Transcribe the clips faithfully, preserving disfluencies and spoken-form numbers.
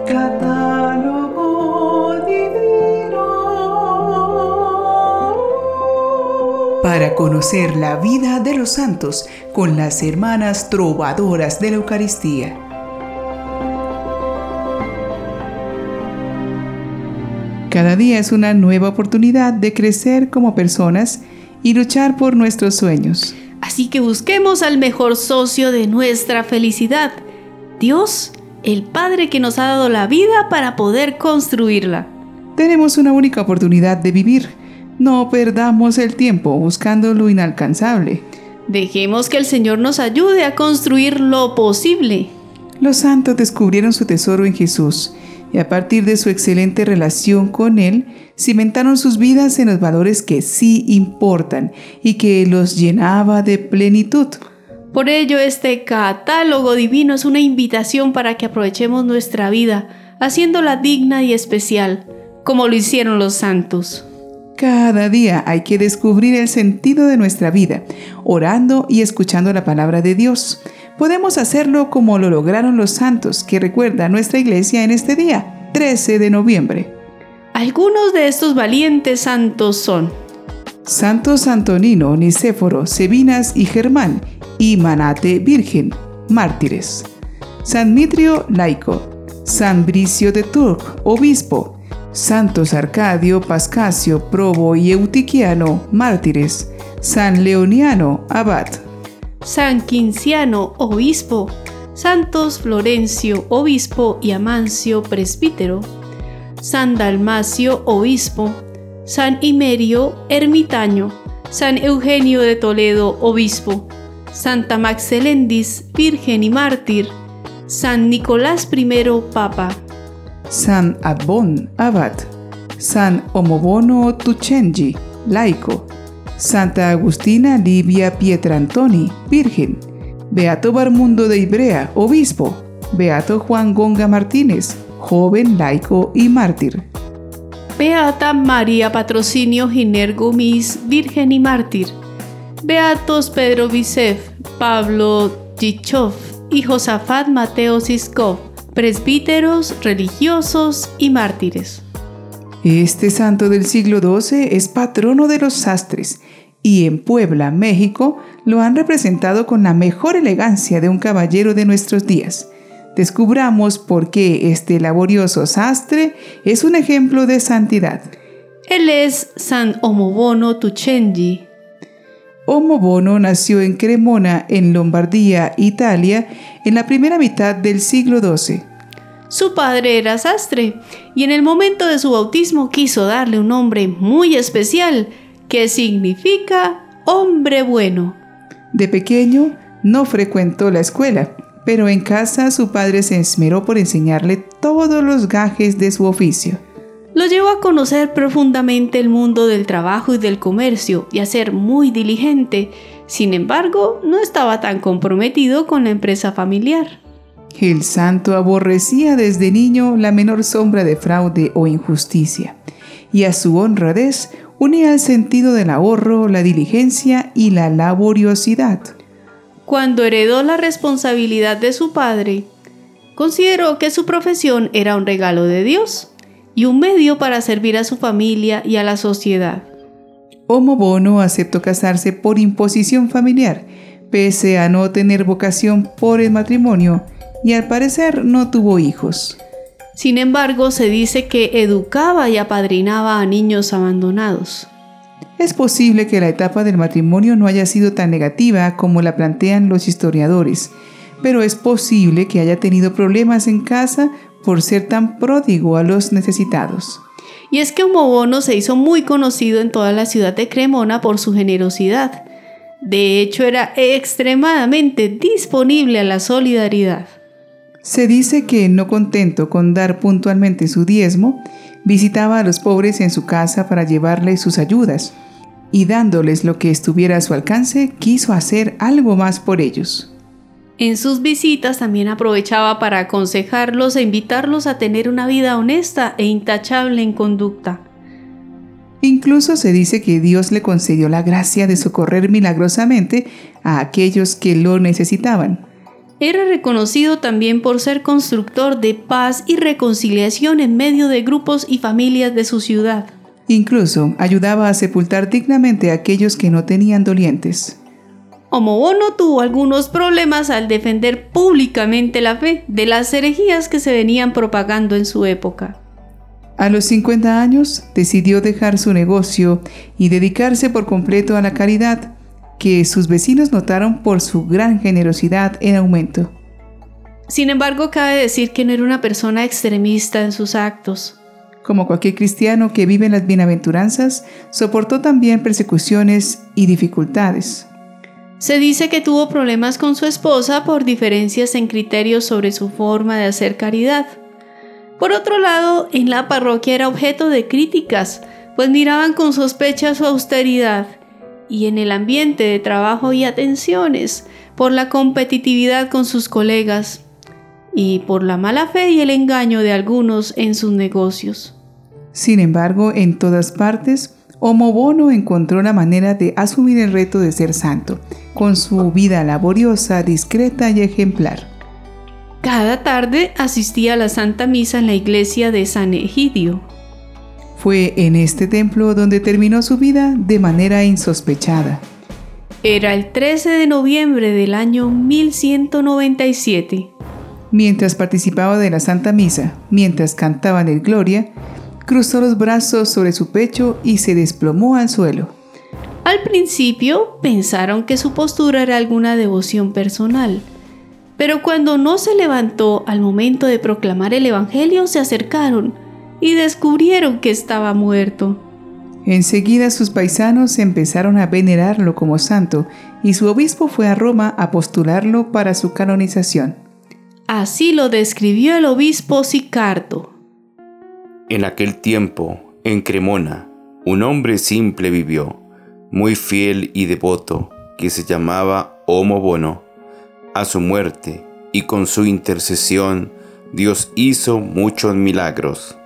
Catálogo divino. Para conocer la vida de los santos con las hermanas trovadoras de la Eucaristía. Cada día es una nueva oportunidad de crecer como personas y luchar por nuestros sueños. Así que busquemos al mejor socio de nuestra felicidad, Dios, el Padre que nos ha dado la vida para poder construirla. Tenemos una única oportunidad de vivir. No perdamos el tiempo buscando lo inalcanzable. Dejemos que el Señor nos ayude a construir lo posible. Los santos descubrieron su tesoro en Jesús y a partir de su excelente relación con Él, cimentaron sus vidas en los valores que sí importan y que los llenaba de plenitud. Por ello, este catálogo divino es una invitación para que aprovechemos nuestra vida, haciéndola digna y especial, como lo hicieron los santos. Cada día hay que descubrir el sentido de nuestra vida, orando y escuchando la palabra de Dios. Podemos hacerlo como lo lograron los santos que recuerda nuestra iglesia en este día, trece de noviembre. Algunos de estos valientes santos son Santos Antonino, Nicéforo, Sebinas y Germán, y Manate Virgen, mártires. San Mitrio, laico. San Bricio de Tours, obispo. Santos Arcadio, Pascasio, Probo y Eutiquiano, mártires. San Leoniano, abad. San Quinciano, obispo. Santos Florencio, obispo, y Amancio, presbítero. San Dalmacio, obispo. San Imerio, ermitaño. San Eugenio de Toledo, obispo. Santa Maxelendis, virgen y mártir. San Nicolás I, papa. San Abbón, abad. San Omobono Tucengi, laico. Santa Agustina Livia Pietrantoni, virgen. Beato Barmundo de Ibrea, obispo. Beato Juan Gonga Martínez, joven, laico y mártir. Beata María Patrocinio Giner Gómez, virgen y mártir. Beatos Pedro Vicef, Pablo Gichov y Josafat Mateo Siskov, presbíteros, religiosos y mártires. Este santo del siglo doce es patrono de los sastres y en Puebla, México, lo han representado con la mejor elegancia de un caballero de nuestros días. Descubramos por qué este laborioso sastre es un ejemplo de santidad. Él es San Omobono Tucengi. Omobono nació en Cremona, en Lombardía, Italia, en la primera mitad del siglo doce. Su padre era sastre y en el momento de su bautismo quiso darle un nombre muy especial que significa hombre bueno. De pequeño no frecuentó la escuela, pero en casa su padre se esmeró por enseñarle todos los gajes de su oficio. Lo llevó a conocer profundamente el mundo del trabajo y del comercio y a ser muy diligente. Sin embargo, no estaba tan comprometido con la empresa familiar. El santo aborrecía desde niño la menor sombra de fraude o injusticia, y a su honradez unía el sentido del ahorro, la diligencia y la laboriosidad. Cuando heredó la responsabilidad de su padre, consideró que su profesión era un regalo de Dios y un medio para servir a su familia y a la sociedad. Omobono aceptó casarse por imposición familiar, pese a no tener vocación por el matrimonio, y al parecer no tuvo hijos. Sin embargo, se dice que educaba y apadrinaba a niños abandonados. Es posible que la etapa del matrimonio no haya sido tan negativa como la plantean los historiadores, pero es posible que haya tenido problemas en casa por ser tan pródigo a los necesitados. Y es que Omobono se hizo muy conocido en toda la ciudad de Cremona por su generosidad. De hecho, era extremadamente disponible a la solidaridad. Se dice que, no contento con dar puntualmente su diezmo, visitaba a los pobres en su casa para llevarles sus ayudas, y dándoles lo que estuviera a su alcance, quiso hacer algo más por ellos. En sus visitas también aprovechaba para aconsejarlos e invitarlos a tener una vida honesta e intachable en conducta. Incluso se dice que Dios le concedió la gracia de socorrer milagrosamente a aquellos que lo necesitaban. Era reconocido también por ser constructor de paz y reconciliación en medio de grupos y familias de su ciudad. Incluso ayudaba a sepultar dignamente a aquellos que no tenían dolientes. Omobono tuvo algunos problemas al defender públicamente la fe de las herejías que se venían propagando en su época. A los cincuenta años decidió dejar su negocio y dedicarse por completo a la caridad, que sus vecinos notaron por su gran generosidad en aumento. Sin embargo, cabe decir que no era una persona extremista en sus actos. Como cualquier cristiano que vive en las bienaventuranzas, soportó también persecuciones y dificultades. Se dice que tuvo problemas con su esposa por diferencias en criterios sobre su forma de hacer caridad. Por otro lado, en la parroquia era objeto de críticas, pues miraban con sospecha su austeridad, y en el ambiente de trabajo y atenciones, por la competitividad con sus colegas, y por la mala fe y el engaño de algunos en sus negocios. Sin embargo, en todas partes, Omobono encontró la manera de asumir el reto de ser santo, con su vida laboriosa, discreta y ejemplar. Cada tarde asistía a la Santa Misa en la iglesia de San Egidio. Fue en este templo donde terminó su vida de manera insospechada. Era el trece de noviembre del año mil ciento noventa y siete. Mientras participaba de la Santa Misa, mientras cantaban el Gloria, cruzó los brazos sobre su pecho y se desplomó al suelo. Al principio pensaron que su postura era alguna devoción personal, pero cuando no se levantó al momento de proclamar el Evangelio, se acercaron y descubrieron que estaba muerto. Enseguida sus paisanos empezaron a venerarlo como santo y su obispo fue a Roma a postularlo para su canonización. Así lo describió el obispo Sicardo. En aquel tiempo, en Cremona, un hombre simple vivió, muy fiel y devoto, que se llamaba Omobono. A su muerte y con su intercesión, Dios hizo muchos milagros.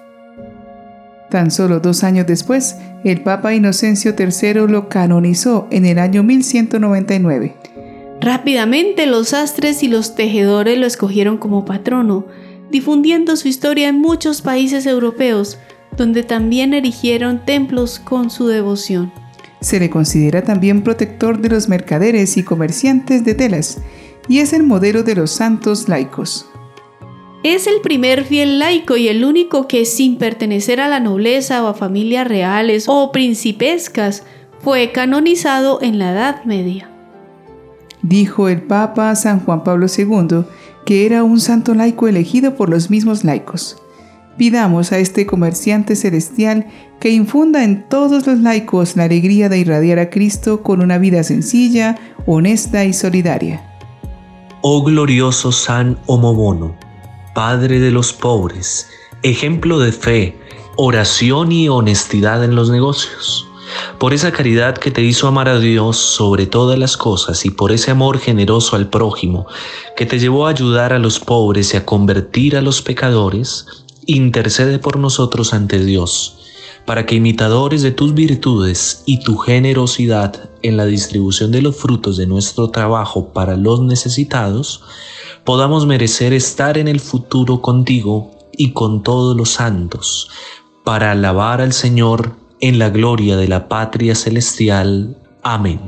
Tan solo dos años después, el Papa Inocencio tercero lo canonizó en el año mil ciento noventa y nueve. Rápidamente los sastres y los tejedores lo escogieron como patrono, difundiendo su historia en muchos países europeos, donde también erigieron templos con su devoción. Se le considera también protector de los mercaderes y comerciantes de telas, y es el modelo de los santos laicos. Es el primer fiel laico y el único que, sin pertenecer a la nobleza o a familias reales o principescas, fue canonizado en la Edad Media. Dijo el Papa San Juan Pablo segundo que era un santo laico elegido por los mismos laicos. Pidamos a este comerciante celestial que infunda en todos los laicos la alegría de irradiar a Cristo con una vida sencilla, honesta y solidaria. Oh glorioso San Omobono, Padre de los pobres, ejemplo de fe, oración y honestidad en los negocios. Por esa caridad que te hizo amar a Dios sobre todas las cosas y por ese amor generoso al prójimo que te llevó a ayudar a los pobres y a convertir a los pecadores, intercede por nosotros ante Dios, para que imitadores de tus virtudes y tu generosidad en la distribución de los frutos de nuestro trabajo para los necesitados, podamos merecer estar en el futuro contigo y con todos los santos, para alabar al Señor en la gloria de la patria celestial. Amén.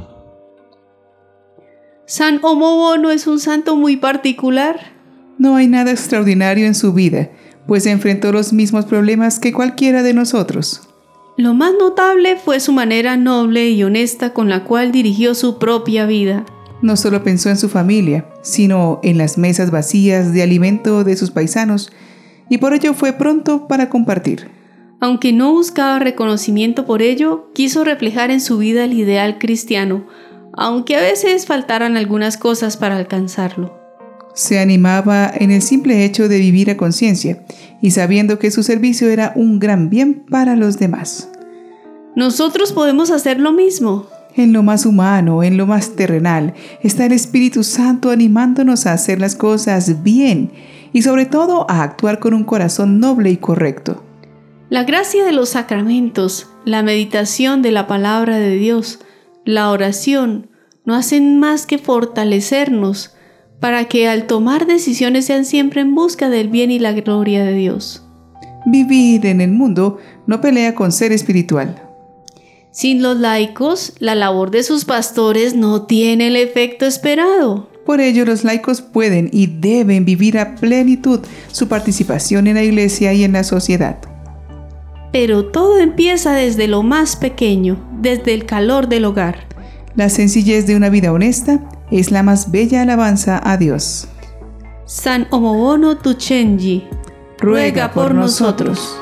San Omobono es un santo muy particular. No hay nada extraordinario en su vida, pues enfrentó los mismos problemas que cualquiera de nosotros. Lo más notable fue su manera noble y honesta con la cual dirigió su propia vida. No solo pensó en su familia, sino en las mesas vacías de alimento de sus paisanos, y por ello fue pronto para compartir. Aunque no buscaba reconocimiento por ello, quiso reflejar en su vida el ideal cristiano, aunque a veces faltaran algunas cosas para alcanzarlo. Se animaba en el simple hecho de vivir a conciencia y sabiendo que su servicio era un gran bien para los demás. Nosotros podemos hacer lo mismo. En lo más humano, en lo más terrenal, está el Espíritu Santo animándonos a hacer las cosas bien y sobre todo a actuar con un corazón noble y correcto. La gracia de los sacramentos, la meditación de la palabra de Dios, la oración, no hacen más que fortalecernos, para que al tomar decisiones sean siempre en busca del bien y la gloria de Dios. Vivir en el mundo no pelea con ser espiritual. Sin los laicos, la labor de sus pastores no tiene el efecto esperado. Por ello, los laicos pueden y deben vivir a plenitud su participación en la iglesia y en la sociedad. Pero todo empieza desde lo más pequeño, desde el calor del hogar. La sencillez de una vida honesta es la más bella alabanza a Dios. San Omobono Tuchenji, ruega por nosotros.